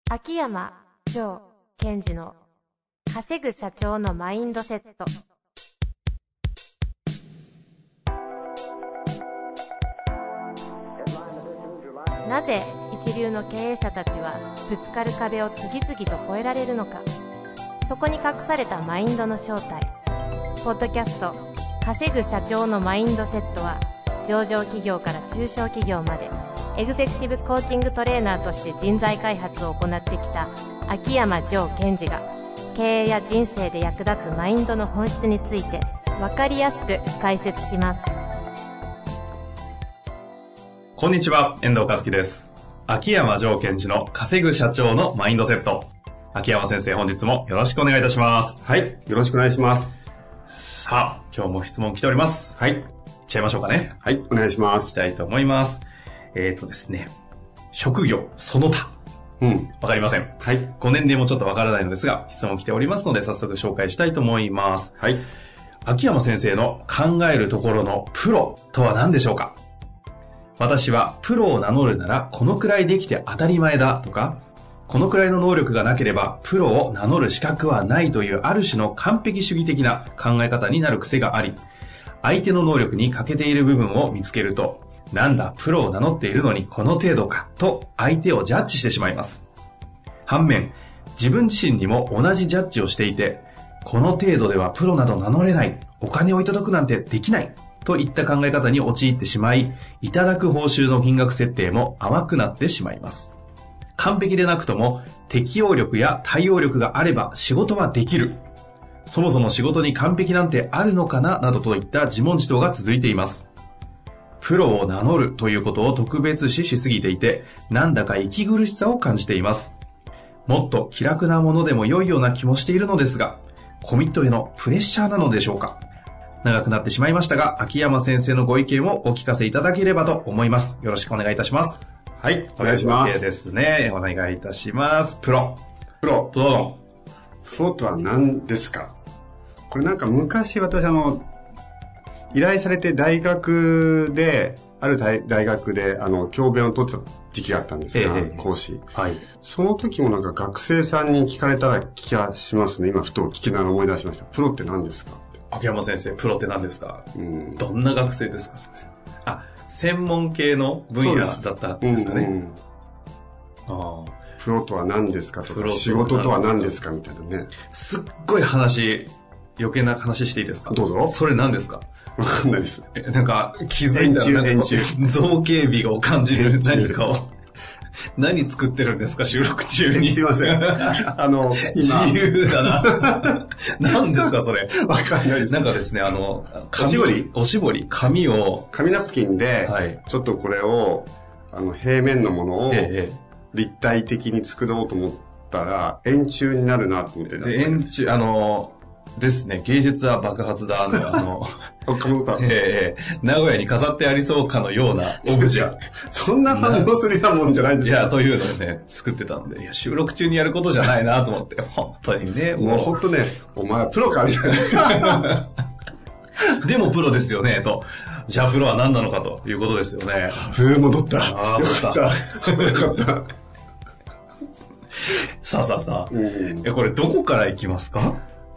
秋山城賢治の稼ぐ社長のマインドセット。なぜ一流の経営者たちはぶつかる壁を次々と越えられるのか。そこに隠されたマインドの正体。ポッドキャスト稼ぐ社長のマインドセットは、上場企業から中小企業までエグゼクティブコーチングトレーナーとして人材開発を行ってきた秋山城賢治が、経営や人生で役立つマインドの本質について分かりやすく解説します。 こんにちは、遠藤和樹です。秋山城賢治の稼ぐ社長のマインドセット。秋山先生、本日もよろしくお願いいたします。 はい、よろしくお願いします。 さあ、今日も質問来ております。 はい。いっちゃいましょうかね。 はい、お願いします。 したいと思います。ですね、職業その他。わかりません。 はい。 ご年齢もちょっとわからないのですが、質問来ておりますので、早速紹介したいと思います。 はい。 秋山先生の考えるところのプロとは何でしょうか。私はプロを名乗るならこのくらいできて当たり前だとか、このくらいの能力がなければプロを名乗る資格はないというある種の完璧主義的な考え方になる癖があり、相手の能力に欠けている部分を見つけると、なんだプロを名乗っているのにこの程度かと相手をジャッジしてしまいます。反面、自分自身にも同じジャッジをしていて、この程度ではプロなど名乗れない、お金をいただくなんてできないといった考え方に陥ってしまい、いただく報酬の金額設定も甘くなってしまいます。完璧でなくとも適応力や対応力があれば仕事はできる。そもそも仕事に完璧なんてあるのかななどといった自問自答が続いています。プロを名乗るということを特別視しすぎていて、なんだか息苦しさを感じています。もっと気楽なものでも良いような気もしているのですが、コミットへのプレッシャーなのでしょうか。長くなってしまいましたが、秋山先生のご意見をお聞かせいただければと思います。よろしくお願いいたします。 はい、お願いします。 ですね。お願いいたします。プロとは何ですか。これなんか昔私依頼されて大学で、ある大学で教鞭を取ってた時期があったんですが、講師。 はい。 その時もなんか学生さんに聞かれたら気がしますね。今ふと聞きながら思い出しました。プロって何ですか。 秋山先生、プロって何ですか。どんな学生ですか。専門系の分野だったんですかね。 プロとは何ですかとか、仕事とは何ですかみたいなね。 すっごい余計な話していいですか。 どうぞ。 それ何ですか。 わかんないです。 なんか気づいたらなんか造形美を感じる何かを。何作ってるんですか、収録中に。 すいません。 自由だな。何ですか、それ。 わかんないです。 なんかですね、おしぼり、紙ナプキンで、はい、ちょっとこれを、平面のものを、立体的に作ろうと思ったら、円柱になるなと思ってた。 円柱、ですね、芸術は爆発だ、名古屋に飾ってありそうかのようなオブジェ。 そんな反応するようなもんじゃないんですか。 いや、というのをね、作ってたんで、いや、収録中にやることじゃないなと思って、本当にね、 もう本当ね、お前はプロかみたいな。 でもプロですよね、と。じゃあプロは何なのかということですよね。 戻った。 戻った。 よかった。 さあ。これどこからいきますか。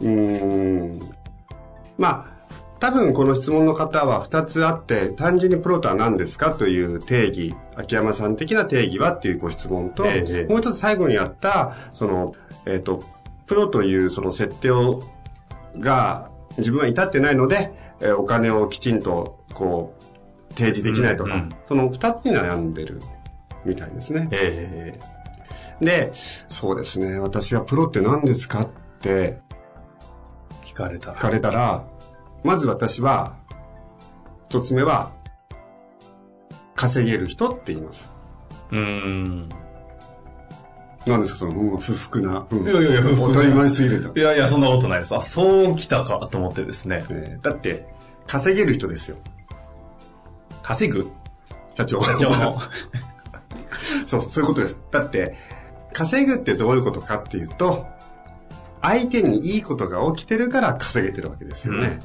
まあ、多分この質問の方は2つあって、単純にプロとは何ですかという定義、秋山さん的な定義はっていうご質問と、もう一つ最後にあった、プロというその設定が自分は至ってないので、お金をきちんとこう、提示できないとか、その2つに悩んでるみたいですね。で、そうですね、私はプロって何ですかって聞かれたら、まず私は、一つ目は、稼げる人って言います。何ですか、その、不服な。 いや、不服。 当たり前すぎる。 いや、そんなことないです。そう来たかと思ってですね。 だって、稼げる人ですよ。 稼ぐ社長の。 そういうことです。だって、稼ぐってどういうことかっていうと、相手にいいことが起きてるから稼げてるわけですよね。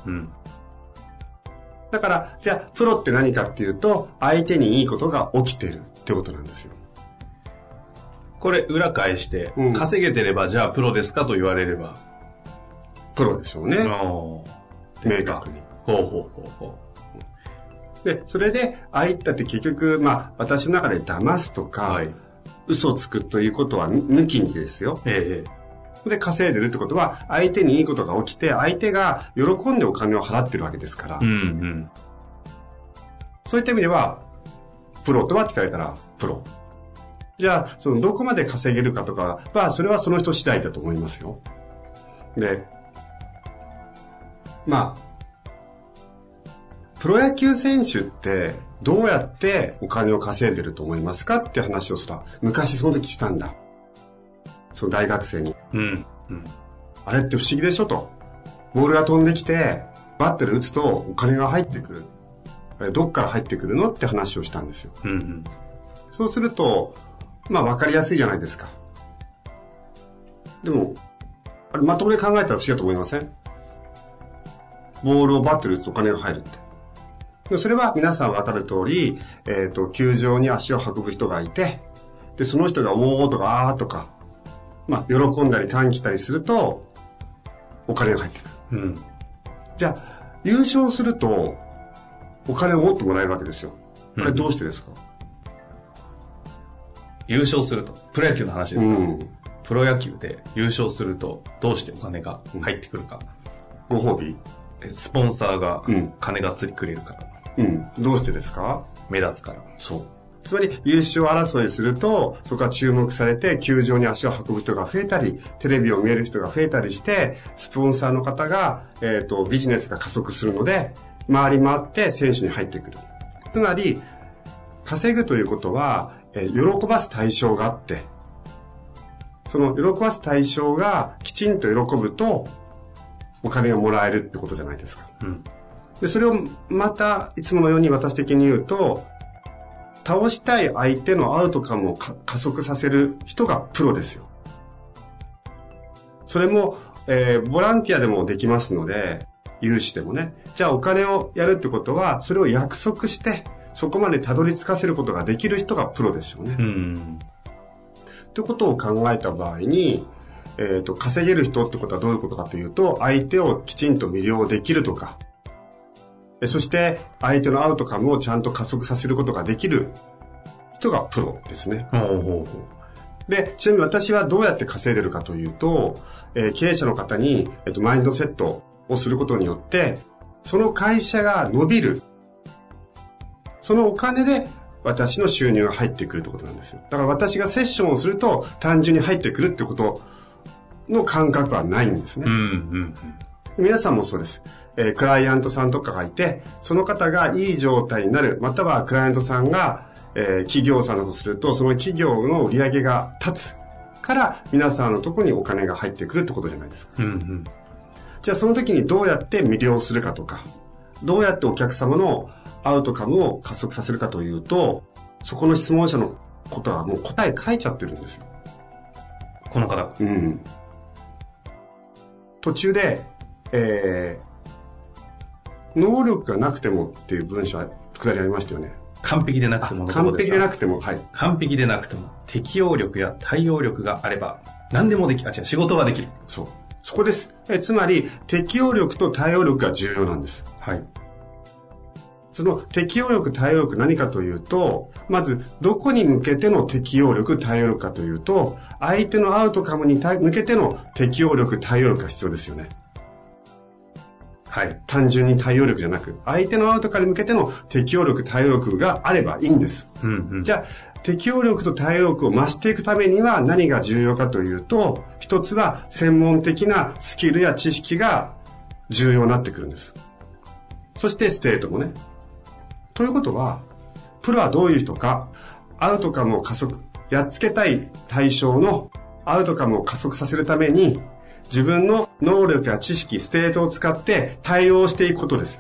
だから、じゃあ、プロって何かっていうと、相手にいいことが起きてるってことなんですよ。 これ裏返して、稼げてればじゃあプロですかと言われれば。 プロでしょうね。明確に。で、それで、ああいったって結局、私の中で騙すとか、嘘をつくということは抜きにですよ。で、稼いでるってことは、相手にいいことが起きて、相手が喜んでお金を払ってるわけですから。そういった意味では、プロとはって聞かれたら、プロ。じゃあ、どこまで稼げるかとかは、それはその人次第だと思いますよ。で、プロ野球選手ってどうやってお金を稼いでると思いますかって話を昔その時したんだ。その大学生に。あれって不思議でしょと。ボールが飛んできて、バットで打つとお金が入ってくる。あれどっから入ってくるのって話をしたんですよ。そうすると、わかりやすいじゃないですか。でも、あれまともに考えたら不思議だと思いません？ボールをバットで打つとお金が入るって。それは皆さん分かる通り、球場に足を運ぶ人がいて、で、その人がおーとかあーとか、喜んだり短気たりすると、お金が入ってくる。じゃあ、優勝すると、お金をもっともらえるわけですよ。これどうしてですか？ 優勝すると。プロ野球の話ですか？プロ野球で優勝すると、どうしてお金が入ってくるか。 ご褒美？ スポンサーが金がつりくれるから。 どうしてですか？ 目立つから。 そう。つまり優勝争いすると、そこが注目されて、球場に足を運ぶ人が増えたり、テレビを見える人が増えたりして、スポンサーの方が、ビジネスが加速するので、回り回って選手に入ってくる。つまり、稼ぐということは、喜ばす対象があって、その喜ばす対象がきちんと喜ぶと、お金がもらえるってことじゃないですか。で、それをまた、いつものように私的に言うと、倒したい相手のアウトカムを加速させる人がプロですよ。それも、ボランティアでもできますので、融資でもね。じゃあお金をやるってことは、それを約束して、そこまでたどり着かせることができる人がプロですよね。ということを考えた場合に、稼げる人ってことはどういうことかというと、相手をきちんと魅了できるとか、そして相手のアウトカムをちゃんと加速させることができる人がプロですね。で、ちなみに私はどうやって稼いでるかというと、経営者の方に、マインドセットをすることによって、その会社が伸びる。そのお金で私の収入が入ってくるってことなんですよ。だから私がセッションをすると単純に入ってくるってことの感覚はないんですね。皆さんもそうです。クライアントさんとかがいて、その方がいい状態になる、またはクライアントさんが、企業さんだとすると、その企業の売り上げが立つから皆さんのところにお金が入ってくるってことじゃないですか。じゃあその時にどうやって魅了するかとか、どうやってお客様のアウトカムを加速させるかというと、そこの質問者のことはもう答え書いちゃってるんですよ。 この方。 途中で、能力がなくてもっていう文章はくだりありましたよね。 完璧でなくてものところですか？ 完璧でなくても、はい。 完璧でなくても、適応力や対応力があれば、何でもできる。仕事はできる。 そう。そこです。つまり、適応力と対応力が重要なんです。 はい。 その適応力、対応力何かというと、まず、どこに向けての適応力、対応力かというと、相手のアウトカムに向けての適応力、対応力が必要ですよね。はい。単純に対応力じゃなく、相手のアウトカムに向けての適応力、対応力があればいいんです。じゃあ、適応力と対応力を増していくためには何が重要かというと、一つは専門的なスキルや知識が重要になってくるんです。そしてステートもね。ということは、プロはどういう人か、アウトカムを加速、やっつけたい対象のアウトカムを加速させるために、自分の能力や知識、ステートを使って対応していくことです。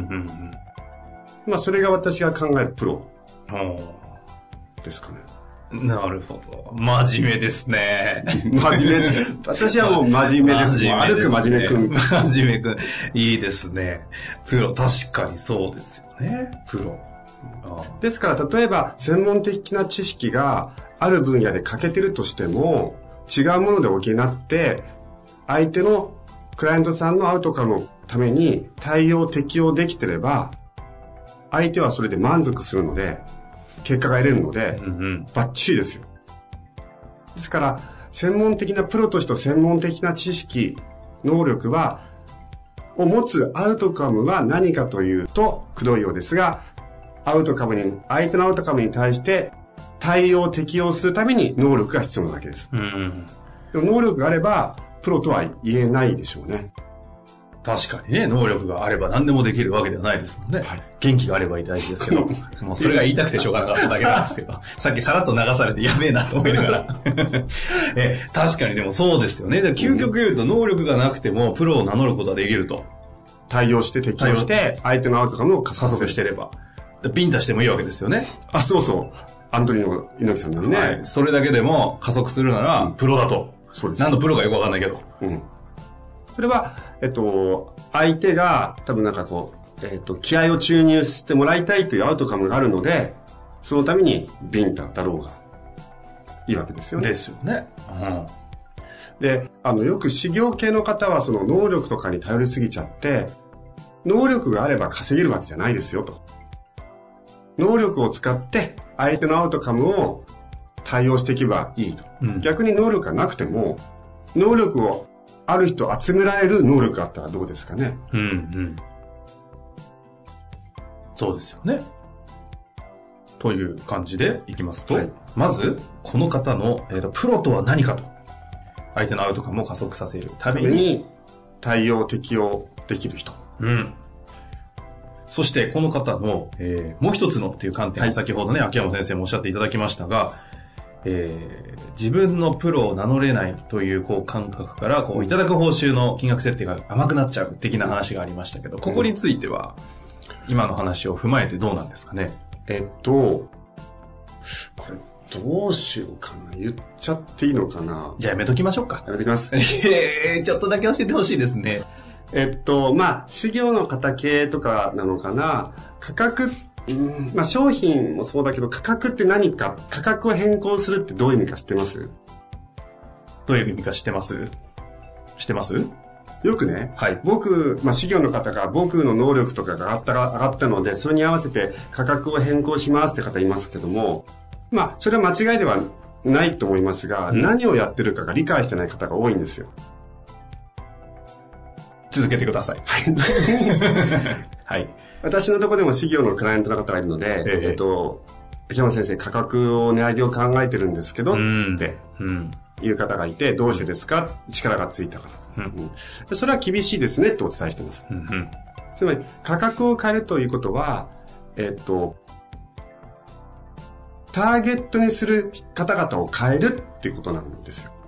それが私が考えるプロですかね。 なるほど。真面目ですね。 真面目。私はもう真面目です。歩く真面目くん。 真面目くん。いいですね。プロ、確かにそうですよね。プロ。 ですから例えば専門的な知識がある分野で欠けてるとしても違うもので補って相手のクライアントさんのアウトカムのために対応適用できてれば相手はそれで満足するので結果が得れるので、バッチリですよ。ですから専門的なプロとして専門的な知識能力を持つアウトカムは何かというとくどいようですが相手のアウトカムに対して対応適用するために能力が必要なだけです、でも能力があればプロとは言えないでしょうね。 確かにね、能力があれば何でもできるわけではないですもんね。はい、元気があれば大事ですけど、もうそれが言いたくてしょうがなかっただけなんですけど、さっきさらっと流されてやべえなと思いながら。確かにでもそうですよね。究極言うと能力がなくてもプロを名乗ることはできると。 対応して適応して相手のアウトカムを加速してれば。ビンタしてもいいわけですよね。 そうそう。アントニオ猪木さんのね、はい。 それだけでも加速するならプロだと。 そうです。 何のプロかよくわかんないけど。 それは、相手が多分気合を注入してもらいたいというアウトカムがあるので、そのためにビンタだろうがいいわけですよね。 ですよね。 で、よく修行系の方はその能力とかに頼りすぎちゃって、能力があれば稼げるわけじゃないですよと。能力を使って相手のアウトカムを対応していけばいいと。逆に能力がなくても、能力をある人集められる能力があったらどうですかね。 そうですよね。という感じでいきますと、まずこの方の、プロとは何かと相手のアウトカムを加速させるために対応適用できる人。 そしてこの方の、もう一つのっていう観点を先ほどね、秋山先生もおっしゃっていただきましたが、自分のプロを名乗れないという感覚からいただく報酬の金額設定が甘くなっちゃう的な話がありましたけど、ここについては今の話を踏まえてどうなんですかね。 これどうしようかな。言っちゃっていいのかな。 じゃあやめときましょうか。 やめときます。 ちょっとだけ教えてほしいですね。 修行の方系とかなのかな。価格商品もそうだけど価格って何か、価格を変更するってどういう意味か知ってます？ どういう意味か知ってます？ よくね、 はい、 修行の方が僕の能力とかが上がったので、それに合わせて価格を変更しますって方いますけども、それは間違いではないと思いますが、何をやってるかが理解してない方が多いんですよ。 続けてください。はい。 私のところでも修行のクライアントの方がいるので、秋山先生価格を値上げを考えてるんですけど、っていう方がいて、どうしてですか？力がついたから。それは厳しいですねとお伝えしています。つまり価格を変えるということは、ターゲットにする方々を変えるっていうことなんですよ。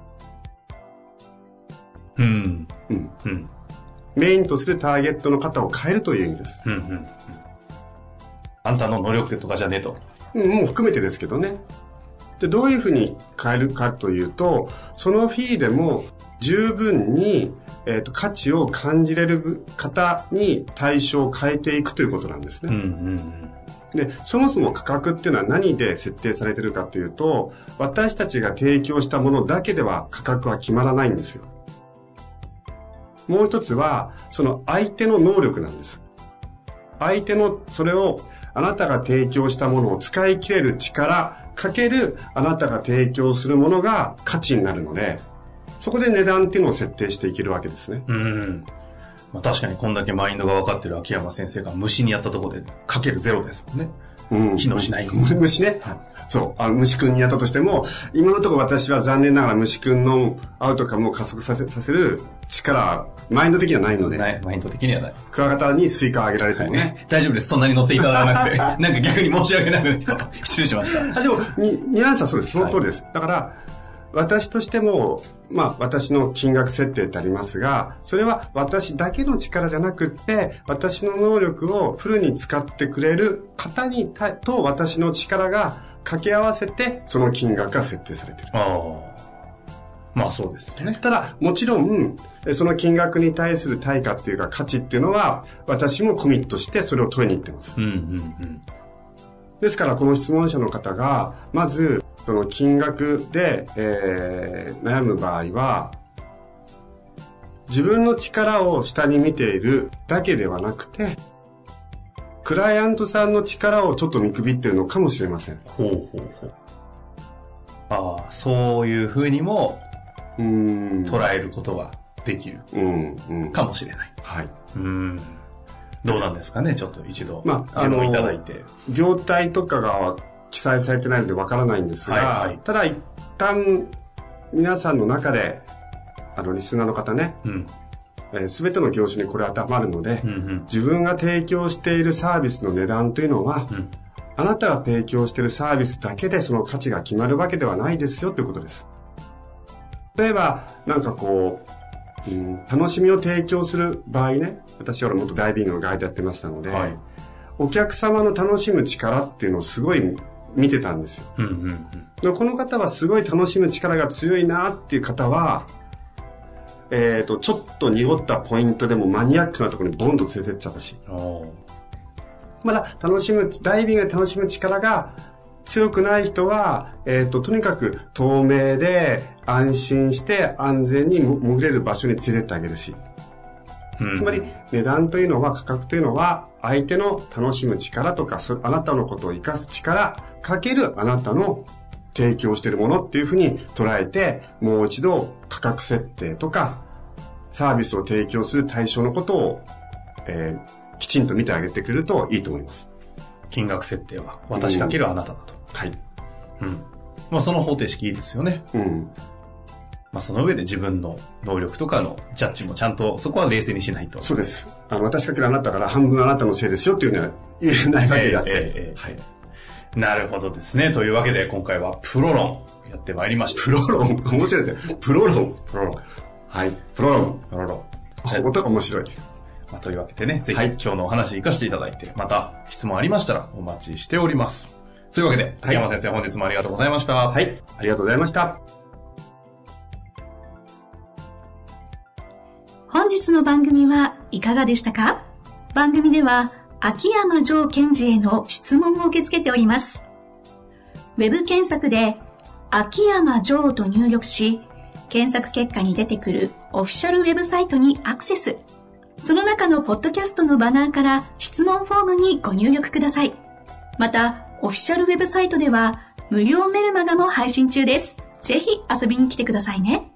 メインとするターゲットの方を変えるという意味です。 あんたの能力とかじゃねえと。 もう含めてですけどね。で、どういうふうに変えるかというと、そのフィーでも十分に、価値を感じれる方に対象を変えていくということなんですね。で、そもそも価格っていうのは何で設定されているかというと、私たちが提供したものだけでは価格は決まらないんですよ。もう一つは、その相手の能力なんです。相手の、それを、あなたが提供したものを使い切れる力、かける、あなたが提供するものが価値になるので、そこで値段っていうのを設定していけるわけですね。 確かにこんだけマインドが分かってる秋山先生が虫にやったところで、かけるゼロですもんね。機能しない。 虫ね。そう。虫くんにやったとしても、今のところ私は残念ながら虫くんのアウトカムを加速させる力、マインド的にはないので。 マインド的にはない。 クワガタにスイカをあげられてもね。 大丈夫です。そんなに乗っていただかなくて。なんか逆に申し訳ないので、失礼しました。 でも、ニュアンスはそうです。その通りです。だから、私としても、私の金額設定ってありますが、それは私だけの力じゃなくって、私の能力をフルに使ってくれる方と私の力が掛け合わせて、その金額が設定されている。 そうですね。 ただ、もちろん、その金額に対する対価っていうか価値っていうのは、私もコミットしてそれを取りに行ってます。 ですからこの質問者の方がまずその金額で、悩む場合は、自分の力を下に見ているだけではなくて、クライアントさんの力をちょっと見くびっているのかもしれません。 ほうほうほう。ああ、そういうふうにも捉えることができるかもしれない。 はい。 どうなんですかね、ちょっと一度質問いただいて。 業態とかが記載されてないのでわからないんですが、ただ一旦皆さんの中でリスナーの方ね、全ての業種にこれ当てはまるので、自分が提供しているサービスの値段というのは、あなたが提供しているサービスだけでその価値が決まるわけではないですよということです。例えばなんかこう、楽しみを提供する場合ね、私は元ダイビングのガイドやってましたので、お客様の楽しむ力っていうのをすごい見てたんですよ。この方はすごい楽しむ力が強いなっていう方は、ちょっと濁ったポイントでもマニアックなところにボンと連れてっちゃったし、まだダイビングで楽しむ力が強くない人は、とにかく透明で安心して安全に潜れる場所に連れてってあげるし、つまり値段というのは、価格というのは相手の楽しむ力とかあなたのことを生かす力かけるあなたの提供しているものっていうふうに捉えて、もう一度価格設定とかサービスを提供する対象のことを、きちんと見てあげてくれるといいと思います。 金額設定は私かけるあなただと。 はい。 その方程式いいですよね。その上で自分の能力とかのジャッジもちゃんとそこは冷静にしないと。 そうです。私かけるあなたから半分あなたのせいですよっていうのは言えないわけであって。 なるほどですね。というわけで今回はプロ論やってまいりました。 プロ論面白いですね。プロ論。はい。プロ論。音が面白い。 というわけでね、ぜひ今日のお話活かしていただいて、また質問ありましたらお待ちしております。というわけで、秋山先生、本日もありがとうございました。 はい。ありがとうございました。 本日の番組はいかがでしたか？番組では秋山城賢治への質問を受け付けております。ウェブ検索で秋山城と入力し、検索結果に出てくるオフィシャルウェブサイトにアクセス。その中のポッドキャストのバナーから質問フォームにご入力ください。また、オフィシャルウェブサイトでは無料メルマガも配信中です。ぜひ遊びに来てくださいね。